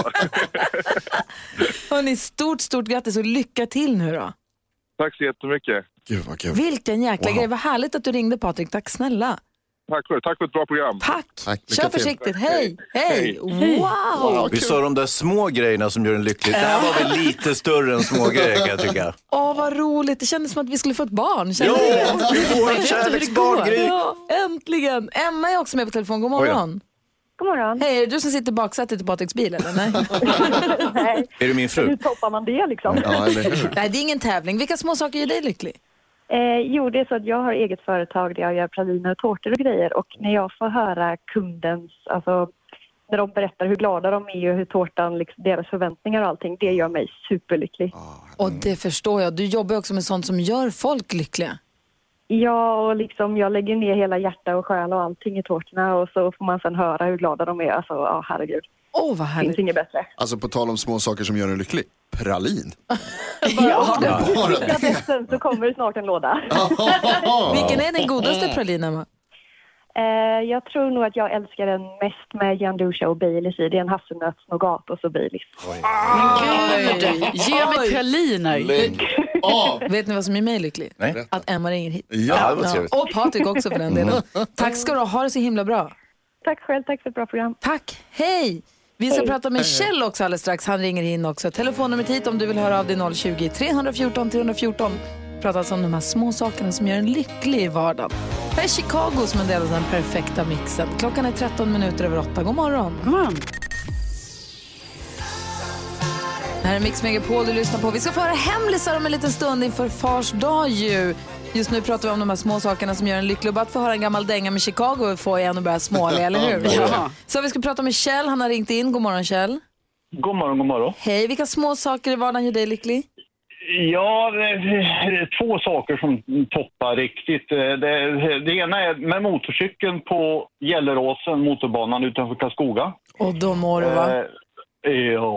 [SPEAKER 1] Hörrni, stort, stort grattis och lycka till nu då.
[SPEAKER 7] Tack så jättemycket.
[SPEAKER 4] Gud vad kul.
[SPEAKER 1] Vilken jäkla wow. grej, vad härligt att du ringde Patrik, tack snälla.
[SPEAKER 7] Tack för, tack för ett bra program.
[SPEAKER 1] Tack,
[SPEAKER 4] Tack.
[SPEAKER 1] Kör försiktigt, hej, hej, hej. Wow.
[SPEAKER 3] wow. Vi sa de där små grejerna som gör en lycklig. Det här var väl lite större än små grejer kan jag tycka.
[SPEAKER 1] Åh, vad roligt, det kändes som att vi skulle få ett barn.
[SPEAKER 3] Ja, vi får en kärleksbarngrej.
[SPEAKER 1] Ja, äntligen. Emma är också med på telefon, god morgon.
[SPEAKER 8] God morgon.
[SPEAKER 1] Hej, är det du som sitter baksätet i Patriks bil eller? Nej.
[SPEAKER 8] Nej.
[SPEAKER 3] Är du min fru?
[SPEAKER 8] Hur toppar man det liksom?
[SPEAKER 4] Ja, eller hur?
[SPEAKER 1] Nej, det är ingen tävling. Vilka små saker gör dig lycklig?
[SPEAKER 8] Eh, jo, det är så att jag har eget företag där jag gör praliner och tårtor och grejer. Och när jag får höra kundens, alltså när de berättar hur glada de är och hur tårtan, liksom, deras förväntningar och allting, det gör mig superlycklig.
[SPEAKER 1] Och det förstår jag. Du jobbar också med sånt som gör folk lyckliga.
[SPEAKER 8] Ja, och liksom jag lägger ner hela hjärta och själ och allting i tårtorna och så får man sedan höra hur glada de är. Alltså, ja, herregud.
[SPEAKER 1] Åh, oh, vad härligt.
[SPEAKER 8] Finns inget bättre.
[SPEAKER 4] Alltså på tal om små saker som gör en lycklig. Pralin.
[SPEAKER 8] Ja, ja. Sen så kommer det snart en låda.
[SPEAKER 1] Vilken är den godaste pralinen, Emma?
[SPEAKER 8] Eh, jag tror nog att jag älskar den mest med Gianduja och Baileys i. Det är en hasselnöts, nougat och så Baileys.
[SPEAKER 2] Gud, ge mig praliner.
[SPEAKER 1] Oh. Vet ni vad som är mig lycklig?
[SPEAKER 3] Nej.
[SPEAKER 1] Att Emma ringer hit.
[SPEAKER 3] Ja, det var trevligt.
[SPEAKER 1] Och Patrik också för den delen. Tack ska du ha, det så himla bra.
[SPEAKER 8] Tack själv, tack för ett bra program.
[SPEAKER 1] Tack, hej. Vi ska
[SPEAKER 9] Hej.
[SPEAKER 1] prata med Kjell också alldeles strax. Han ringer in också. Telefonnumret hit om du vill höra av dig noll tjugo, tre fjorton, tre fjorton. Pratas om de här små sakerna som gör en lycklig i vardagen. Här är Chicago som en del av den perfekta mixen. Klockan är tretton minuter över åtta. God morgon.
[SPEAKER 2] God morgon.
[SPEAKER 1] Här är Mix Megapol du lyssnar på. Vi ska få höra hemlisar om en liten stund inför Fars dag ju. Just nu pratar vi om de här små sakerna som gör en lycklig. Och bara att få höra en gammal dänga med Chicago och få igen och börja småle, eller hur? Ja. Så vi ska prata med Kjell. Han har ringt in. God morgon, Kjell.
[SPEAKER 9] God morgon, god morgon.
[SPEAKER 1] Hej, vilka små saker i vardagen gör dig lycklig?
[SPEAKER 9] Ja, det är två saker som toppar riktigt. Det, det ena är med motorcykeln på Gelleråsen, motorbanan utanför Karlskoga.
[SPEAKER 1] Och då mår du, va?
[SPEAKER 9] Eh, ja.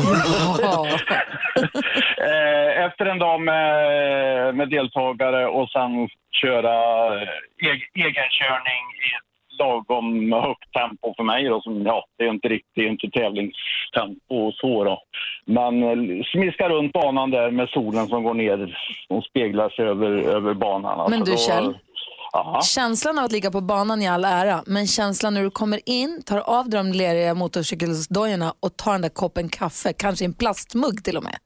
[SPEAKER 9] Efter en dag med, med deltagare och sen köra eg, egenkörning i lagom högt tempo för mig då, som ja, det är inte riktigt, det är inte tävlingstempo och så då. Men smiska runt banan där med solen som går ner och speglar sig över, över banan. Alltså,
[SPEAKER 1] men du
[SPEAKER 9] då,
[SPEAKER 1] Kjell,
[SPEAKER 9] aha.
[SPEAKER 1] Känslan av att ligga på banan i all ära, men känslan när du kommer in, tar av de leriga motorcykelsdojorna och tar den där koppen kaffe, kanske en plastmugg till och med.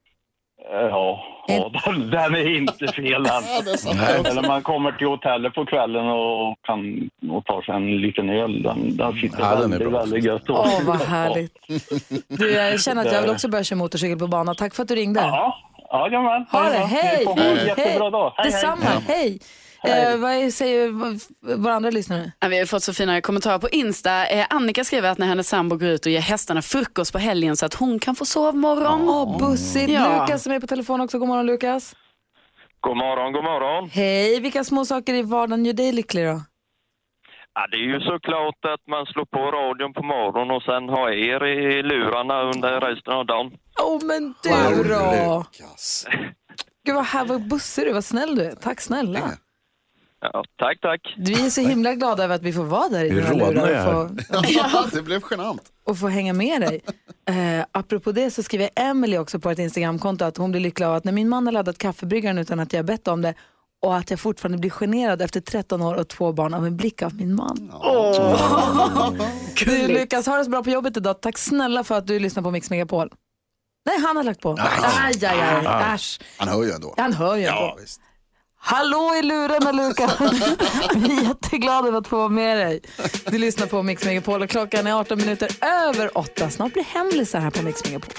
[SPEAKER 9] Ja, ja den, den är inte fel. Eller man kommer till hotellet på kvällen och kan och tar sig en liten öl. Den, den sitter ja, väldigt, den väldigt gött.
[SPEAKER 1] Åh, oh, vad härligt. Du, jag känner att jag vill också börja köra motorcykel på banan. Tack för att du ringde.
[SPEAKER 9] Ja, ja jajamän.
[SPEAKER 1] Ha det, hej!
[SPEAKER 9] Hej, jättebra dag. Hej,
[SPEAKER 1] detsamma, hej! hej. Eh, vad säger våra andra lyssnare?
[SPEAKER 2] Ja, vi har fått så fina kommentarer på Insta. Eh, Annika skriver att när hennes sambo går ut och ger hästarna frukost på helgen så att hon kan få sovmorgon.
[SPEAKER 1] Åh, oh, bussigt. Ja. Lukas som är på telefon också. God morgon, Lukas.
[SPEAKER 10] God morgon, god morgon.
[SPEAKER 1] Hej, vilka små saker i vardagen gör dig lycklig då?
[SPEAKER 10] Ja, det är ju såklart att man slår på radion på morgonen och sen har er i lurarna under resten av dagen.
[SPEAKER 1] Åh, oh, men du wow, då? Lukas. Gud, vad här var bussig du, vad snäll du är. Tack snälla.
[SPEAKER 10] Ja, tack, tack.
[SPEAKER 1] Vi är så himla glada över att vi får vara där i
[SPEAKER 3] dina lurar. Och få,
[SPEAKER 4] ja, det blev genant.
[SPEAKER 1] Och få hänga med dig. Eh, apropå det så skriver Emily också på ett Instagramkonto att hon blir lycklig av att när min man har laddat kaffebryggaren utan att jag bett om det och att jag fortfarande blir generad efter tretton år och två barn av en blick av min man. Oh. Du Lukas, har det så bra på jobbet idag. Tack snälla för att du lyssnar på Mix Megapol. Nej, han har lagt på. Aj, aj, aj, aj.
[SPEAKER 4] Han hör ju ändå.
[SPEAKER 1] Han hör ju ändå.
[SPEAKER 4] Ja, visst.
[SPEAKER 1] Hallå i lurarna, Lukas. Vi är jätteglada över att få vara med dig. Du lyssnar på Mix Megapol och klockan är arton minuter över åtta. Snart blir hemlisar här på Mix Megapol.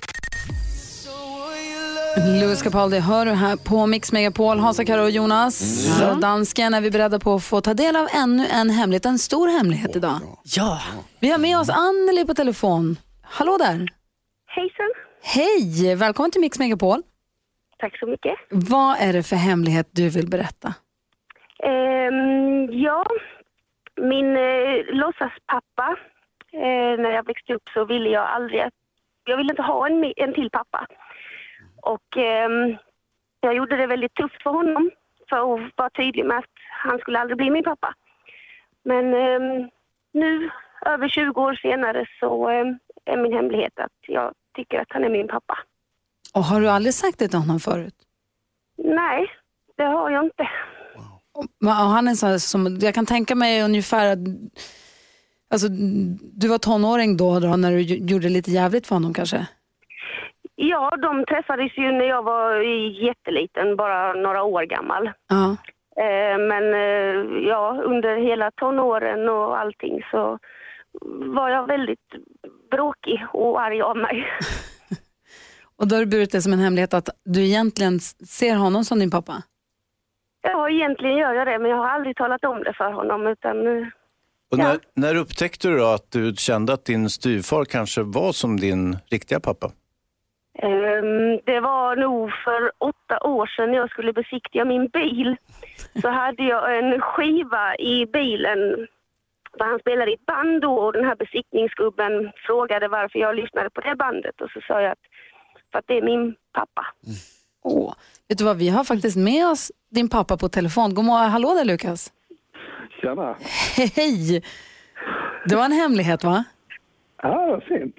[SPEAKER 1] Louis Capaldi hör du här på Mix Megapol. Hansa, Karo och Jonas. Mm. Och dansken är vi beredda på att få ta del av ännu en hemlighet. En stor hemlighet idag.
[SPEAKER 2] Ja.
[SPEAKER 1] Vi har med oss Anneli på telefon. Hallå där.
[SPEAKER 11] Hejsan.
[SPEAKER 1] Hej, välkommen till Mix Megapol.
[SPEAKER 11] Tack så mycket.
[SPEAKER 1] Vad är det för hemlighet du vill berätta?
[SPEAKER 11] Um, ja, min eh, låtsaspappa, eh, när jag växte upp så ville jag aldrig, jag ville inte ha en, en till pappa. Och eh, jag gjorde det väldigt tufft för honom för att vara tydlig med att han skulle aldrig bli min pappa. Men eh, nu, över tjugo år senare, så eh, är min hemlighet att jag tycker att han är min pappa.
[SPEAKER 1] Och har du aldrig sagt det till honom förut?
[SPEAKER 11] Nej, det har jag inte.
[SPEAKER 1] Och han är så här, som, jag kan tänka mig ungefär att alltså, du var tonåring då, då när du gjorde lite jävligt för honom kanske?
[SPEAKER 11] Ja, de träffades ju när jag var jätteliten, bara några år gammal.
[SPEAKER 1] Uh.
[SPEAKER 11] Eh, men eh, ja, under hela tonåren och allting så var jag väldigt bråkig och arg av mig.
[SPEAKER 1] Och då har du burit det som en hemlighet att du egentligen ser honom som din pappa?
[SPEAKER 11] Ja, egentligen gör jag det, men jag har aldrig talat om det för honom. Utan,
[SPEAKER 3] och när, ja. när upptäckte du då att du kände att din styvfar kanske var som din riktiga pappa?
[SPEAKER 11] Um, det var nog för åtta år sedan jag skulle besiktiga min bil. Så hade jag en skiva i bilen där han spelade i ett band då, och den här besiktningsgubben frågade varför jag lyssnade på det bandet. Och så sa jag att för att det är min pappa.
[SPEAKER 1] Mm. Åh, vet du vad, vi har faktiskt med oss din pappa på telefon. God morgon, hallå där Lukas.
[SPEAKER 12] Tjena.
[SPEAKER 1] Hej. Det var en hemlighet, va?
[SPEAKER 12] Ja, det var fint.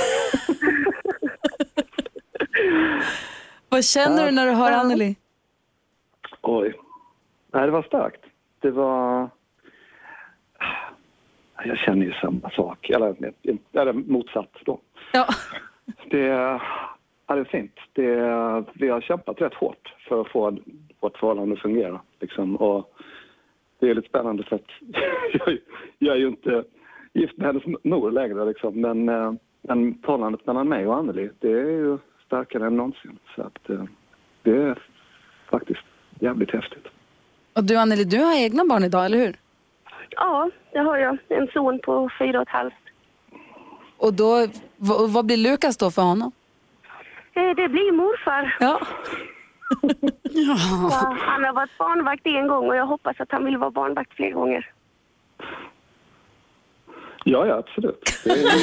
[SPEAKER 1] Vad känner ja. du när du hör Anneli?
[SPEAKER 12] Oj. Nej, det var starkt. Det var... Jag känner ju samma sak, eller, eller motsatt då.
[SPEAKER 1] Ja.
[SPEAKER 12] Det, ja, det är fint. Det, vi har kämpat rätt hårt för att få vårt förhållande att fungera. Liksom. Och det är lite spännande för att jag, jag är ju inte gift med hennes mor längre. Liksom. Men, men förhållandet mellan mig och Anneli, det är ju starkare än någonsin. Så att, det är faktiskt jävligt häftigt.
[SPEAKER 1] Och du Anneli, du har egna barn idag, eller hur?
[SPEAKER 11] Ja, det har jag. En son på fyra och ett halvt.
[SPEAKER 1] Och då, v- vad blir Lukas då för honom?
[SPEAKER 11] Eh, Det blir morfar.
[SPEAKER 1] Ja.
[SPEAKER 11] Ja, han har varit barnvakt en gång och jag hoppas att han vill vara barnvakt fler gånger.
[SPEAKER 12] Ja, ja, absolut. Det är...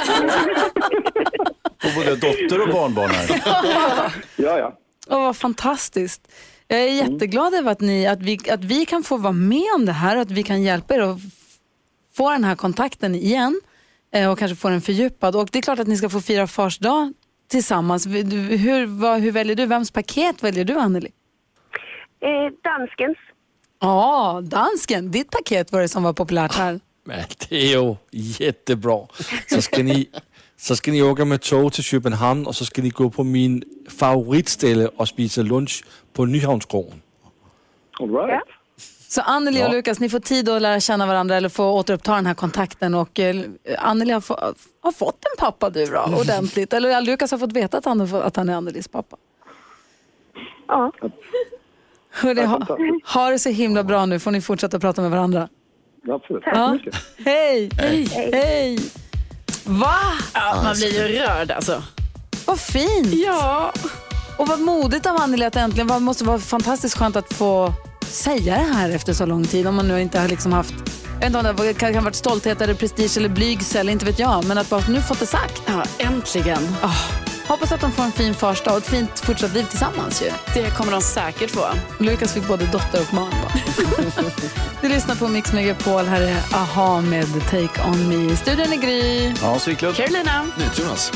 [SPEAKER 3] Och både dotter och barnbarn här.
[SPEAKER 12] Ja, ja.
[SPEAKER 1] Åh, vad fantastiskt. Jag är jätteglad över att, ni, att, vi, att vi kan få vara med om det här och att vi kan hjälpa er att f- få den här kontakten igen eh, och kanske få den fördjupad. Och det är klart att ni ska få fira fars dag tillsammans. Hur, hur, vad, hur väljer du? Vems paket väljer du, Anneli?
[SPEAKER 11] Eh, danskens.
[SPEAKER 1] Ja, dansken. Ditt paket var det som var populärt här.
[SPEAKER 13] Men det är ju jättebra. Så ska ni, så ska ni åka med tåg till Köpenhamn och så ska ni gå på min favoritställe och spisa lunch på Nyhavnsgården.
[SPEAKER 12] All right.
[SPEAKER 1] Så Anneli och
[SPEAKER 13] Ja.
[SPEAKER 1] Lukas, ni får tid att lära känna varandra eller få återuppta den här kontakten. Och eh, Anneli har, få, har fått en pappa du då, ordentligt. Eller Lukas har fått veta att han, har fått- att han är Annelis pappa.
[SPEAKER 11] Ja.
[SPEAKER 1] Hörrni, ha, ha det så himla bra nu, får ni fortsätta prata med varandra.
[SPEAKER 12] Absolut.
[SPEAKER 1] Ja. Hej. Hej. Hej. Va?
[SPEAKER 2] Ja, man blir ju rörd alltså.
[SPEAKER 1] Vad fint.
[SPEAKER 2] Ja.
[SPEAKER 1] Och vad modigt av Anneli att äntligen, det måste vara fantastiskt skönt att få säga det här efter så lång tid. Om man nu inte har liksom haft, jag vet inte om det var- kan, kan varit stolthet eller prestige eller blygsel, inte vet jag. Men att bara nu fått det sagt.
[SPEAKER 2] Ja, äntligen.
[SPEAKER 1] Oh, hoppas att de får en fin farsdag och ett fint fortsatt liv tillsammans ju.
[SPEAKER 2] Det kommer de säkert få.
[SPEAKER 1] Lukas fick både dotter och man. Du lyssnar på Mix Megapol. Här är Aha med Take On Me. Studion är Gry.
[SPEAKER 3] Ja, Sviklund.
[SPEAKER 2] Carolina.
[SPEAKER 4] Jonas.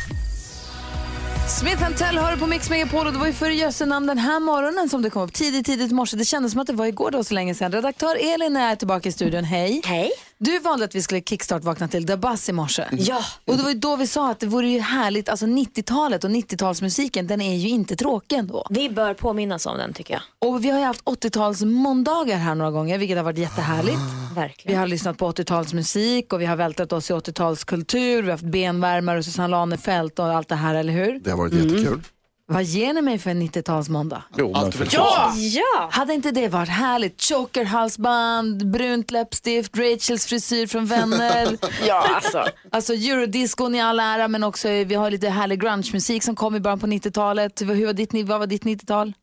[SPEAKER 1] Smith and Tell hör på Mix Megapol och det var ju för jössenamn den här morgonen som det kom upp tidigt, tidigt i morse. Det kändes som att det var igår då så länge sedan. Redaktör Elin är tillbaka i studion. Hej.
[SPEAKER 14] Hej.
[SPEAKER 1] Du valde att vi skulle kickstart-vakna till The Buzz i morse.
[SPEAKER 14] Ja.
[SPEAKER 1] Och det var ju då vi sa att det vore ju härligt, alltså nittiotalet och nittiotalsmusiken, den är ju inte tråkig ändå.
[SPEAKER 14] Vi bör påminnas om den tycker jag.
[SPEAKER 1] Och vi har ju haft åttio-tals måndagar här några gånger, vilket har varit jättehärligt.
[SPEAKER 14] Verkligen.
[SPEAKER 1] Vi har lyssnat på åttio-talsmusik och vi har vältat oss i åttio-talskultur. Vi har haft benvärmare och Susanne Lanefelt och allt det här, eller hur?
[SPEAKER 4] Det har varit jättekul.
[SPEAKER 1] Vad ger ni mig för en nittiotalsmåndag?
[SPEAKER 3] Jo, men
[SPEAKER 4] Allt väl
[SPEAKER 2] Ja!
[SPEAKER 14] Ja.
[SPEAKER 1] Hade inte det varit härligt? Chokerhalsband, brunt läppstift, Rachels frisyr från Vänner.
[SPEAKER 2] Ja, alltså.
[SPEAKER 1] Alltså eurodiscon i all ära, men också vi har lite härlig grunge-musik som kom i början på nittiotalet. Hur var ditt, vad var ditt nittiotal?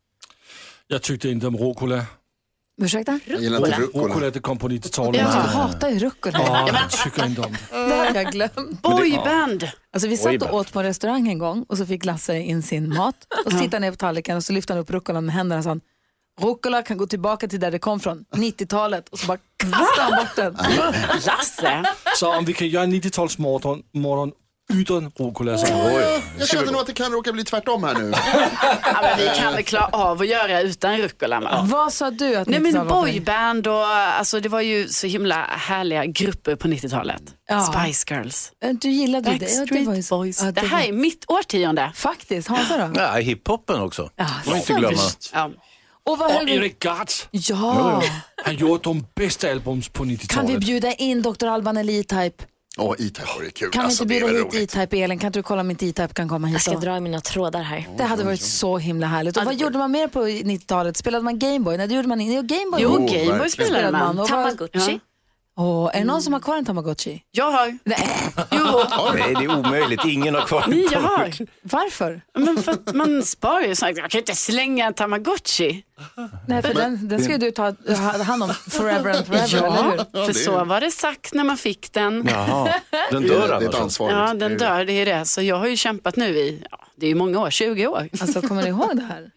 [SPEAKER 13] Jag tyckte inte om rucola.
[SPEAKER 1] Ursäkta?
[SPEAKER 4] Jag gillar inte rucola.
[SPEAKER 13] Rucola det kom på nittiotalet.
[SPEAKER 1] Jag
[SPEAKER 2] Ja.
[SPEAKER 1] hatar ju rucola.
[SPEAKER 13] Ja, jag tycker inte om det.
[SPEAKER 1] Det hade jag glömt.
[SPEAKER 2] Boyband.
[SPEAKER 1] Alltså vi satt och åt på en restauang en gång och så fick Lasse in sin mat och så tittade han ner på tallriken och så lyfte han upp rucolan med händerna och sa han, rucola kan gå tillbaka till där det kom från, nittiotalet, och så bara kastade han bort den.
[SPEAKER 2] Lasse.
[SPEAKER 13] Så om vi kan göra nittiotalsmorgon morgon utan rucola så...
[SPEAKER 4] Jag känner nog att det kan råka bli tvärtom här nu.
[SPEAKER 2] Ja, men vi kan väl klara av att göra utan rucola, va?
[SPEAKER 1] Vad sa du att
[SPEAKER 2] Nej, men
[SPEAKER 1] nittiotalet var för dig?
[SPEAKER 2] boyband och alltså det var ju så himla härliga grupper på nittiotalet.
[SPEAKER 1] Ja.
[SPEAKER 2] Spice Girls.
[SPEAKER 1] Du gillade det. Ja, det
[SPEAKER 2] Backstreet
[SPEAKER 1] var ju så-
[SPEAKER 2] Boys.
[SPEAKER 1] ja,
[SPEAKER 2] det
[SPEAKER 1] det
[SPEAKER 2] här
[SPEAKER 1] var-
[SPEAKER 2] är mitt årtionde.
[SPEAKER 1] Faktiskt, Hansa då?
[SPEAKER 3] Ja, hiphopen också.
[SPEAKER 1] Ja,
[SPEAKER 3] Får inte glömma.
[SPEAKER 2] Ja.
[SPEAKER 1] Och vad
[SPEAKER 13] Och
[SPEAKER 1] höll vi?
[SPEAKER 13] Eric Garth.
[SPEAKER 1] Ja,
[SPEAKER 13] Han gjorde de bästa albums på
[SPEAKER 1] kan vi
[SPEAKER 13] nittiotalet.
[SPEAKER 1] bjuda in doktor Alban eller E-Type?
[SPEAKER 4] Åh, E-Type var det kul.
[SPEAKER 1] Kan
[SPEAKER 4] Alltså,
[SPEAKER 1] vi
[SPEAKER 4] det
[SPEAKER 1] inte
[SPEAKER 4] är
[SPEAKER 1] bjuda
[SPEAKER 4] väl
[SPEAKER 1] hit
[SPEAKER 4] roligt.
[SPEAKER 1] E-Type, Elin? Kan inte du kolla om inte E-Type kan komma hit?
[SPEAKER 14] Jag ska
[SPEAKER 1] då?
[SPEAKER 14] dra i mina trådar här.
[SPEAKER 1] Det hade varit så himla härligt. Och
[SPEAKER 14] Ja,
[SPEAKER 1] vad
[SPEAKER 14] det-
[SPEAKER 1] gjorde man mer på nittiotalet? Spelade man Gameboy? Nej, det gjorde man inte. Jo, Gameboy.
[SPEAKER 2] Jo,
[SPEAKER 4] Oh,
[SPEAKER 2] Gameboy
[SPEAKER 4] verkligen.
[SPEAKER 2] spelade man.
[SPEAKER 1] Och vad-
[SPEAKER 14] Tamagotchi.
[SPEAKER 1] Åh, är det någon som har kvar en Tamagotchi?
[SPEAKER 2] Jag har.
[SPEAKER 1] Nej.
[SPEAKER 2] Jo.
[SPEAKER 3] Nej, det är omöjligt. Ingen har kvar
[SPEAKER 2] Nej,
[SPEAKER 3] en
[SPEAKER 2] jag har.
[SPEAKER 3] Tamagotchi.
[SPEAKER 1] Varför?
[SPEAKER 2] Men för att man sparar ju så här, jag kan inte slänga en Tamagotchi.
[SPEAKER 1] Nej, för den, den ska ju du ta ha hand om forever and forever, eller hur?
[SPEAKER 2] Ja, för så var det sagt när man fick den.
[SPEAKER 3] Jaha, den
[SPEAKER 4] Det
[SPEAKER 3] dör
[SPEAKER 4] är, det är ett
[SPEAKER 3] annars.
[SPEAKER 4] ansvar.
[SPEAKER 2] Ja, den dör, det är det. Så jag har ju kämpat nu i, ja, det är ju många år, tjugo år.
[SPEAKER 1] Alltså, kommer ni ihåg det här?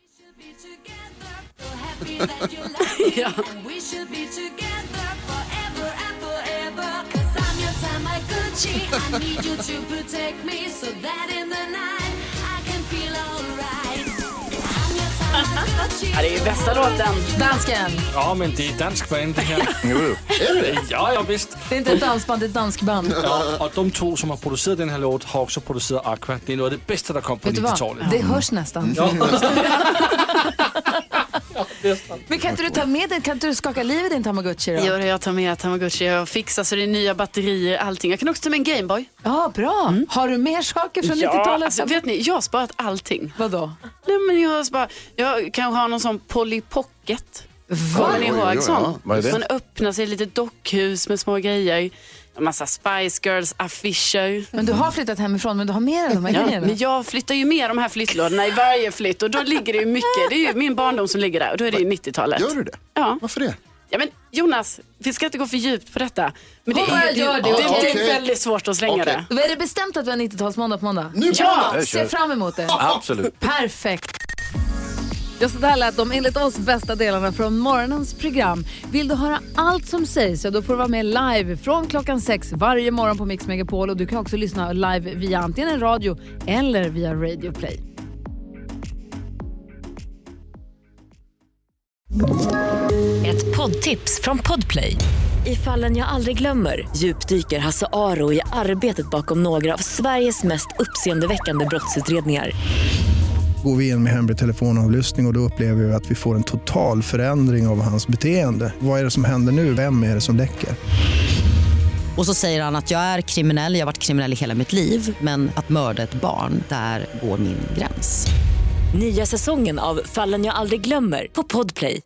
[SPEAKER 2] Ja. Ja, det är bästa låten.
[SPEAKER 1] Dansken.
[SPEAKER 13] Ja, men det är dansk band det här.
[SPEAKER 4] Är det?
[SPEAKER 13] Ja, ja visst.
[SPEAKER 1] Det är inte ett dansband, det är ett danskband.
[SPEAKER 13] Ja, och de två som har producerat den här låt har också producerat Aqua. Det är något av det bästa, där kom på
[SPEAKER 1] Vet du vad?
[SPEAKER 13] nittiotalet.
[SPEAKER 1] Det hörs nästan.
[SPEAKER 13] Ja.
[SPEAKER 1] Men kan inte du ta med den? Kan inte du skaka livet i din Tamagotchi då?
[SPEAKER 2] Jo, jag tar med Tamagotchi. Jag fixar så det är nya batterier, allting. Jag kan också ta med en Gameboy.
[SPEAKER 1] Ja, bra. Mm. Har du mer saker från
[SPEAKER 2] ja,
[SPEAKER 1] nittiotalet?
[SPEAKER 2] Alltså, vet ni, jag har sparat allting.
[SPEAKER 1] Vadå?
[SPEAKER 2] Nej, men jag har sparat. Jag kan ha någon sån Polly Pocket. Kommer ni ihåg sån?
[SPEAKER 3] Vad är det?
[SPEAKER 2] Man öppnar sig ett litet dockhus med små grejer. En massa Spice Girls affischer.
[SPEAKER 1] Men du har flyttat hemifrån, men du har mer än de här
[SPEAKER 2] Ja,
[SPEAKER 1] grejerna.
[SPEAKER 2] men jag flyttar ju med de här flyttlådorna i varje flytt. Och då ligger det ju mycket. Det är ju min barndom som ligger där. Och då är det ju nittiotalet.
[SPEAKER 4] Gör du det?
[SPEAKER 2] Ja.
[SPEAKER 4] Varför det?
[SPEAKER 2] Ja, men Jonas, vi ska inte gå för djupt på detta. Men det,
[SPEAKER 1] Kom,
[SPEAKER 2] är,
[SPEAKER 1] jag gör det.
[SPEAKER 2] det, det,
[SPEAKER 1] Okej.
[SPEAKER 2] det är väldigt svårt att slänga
[SPEAKER 4] Okej.
[SPEAKER 2] det.
[SPEAKER 1] Är det bestämt att vi har nittiotalsmåndag på måndag?
[SPEAKER 4] Nu
[SPEAKER 2] Ja,
[SPEAKER 3] Jag
[SPEAKER 1] Se
[SPEAKER 3] kör.
[SPEAKER 1] fram emot det.
[SPEAKER 3] Absolut.
[SPEAKER 1] Perfekt. Just det här lät de enligt oss bästa delarna från morgonens program. Vill du höra allt som sägs så då får du vara med live från klockan sex varje morgon på Mix Megapol. Och du kan också lyssna live via antingen en radio eller via Radio Play.
[SPEAKER 14] Ett poddtips från Podplay. I Fallen jag aldrig glömmer djupdyker Hasse Aro i arbetet bakom några av Sveriges mest uppseendeväckande brottsutredningar.
[SPEAKER 15] Går vi in med hemlig telefonavlyssning och, och då upplever vi att vi får en total förändring av hans beteende. Vad är det som händer nu? Vem är det som läcker?
[SPEAKER 16] Och så säger han att jag är kriminell, jag har varit kriminell i hela mitt liv. Men att mörda ett barn, där går min gräns.
[SPEAKER 14] Nya säsongen av Fallen jag aldrig glömmer på Podplay.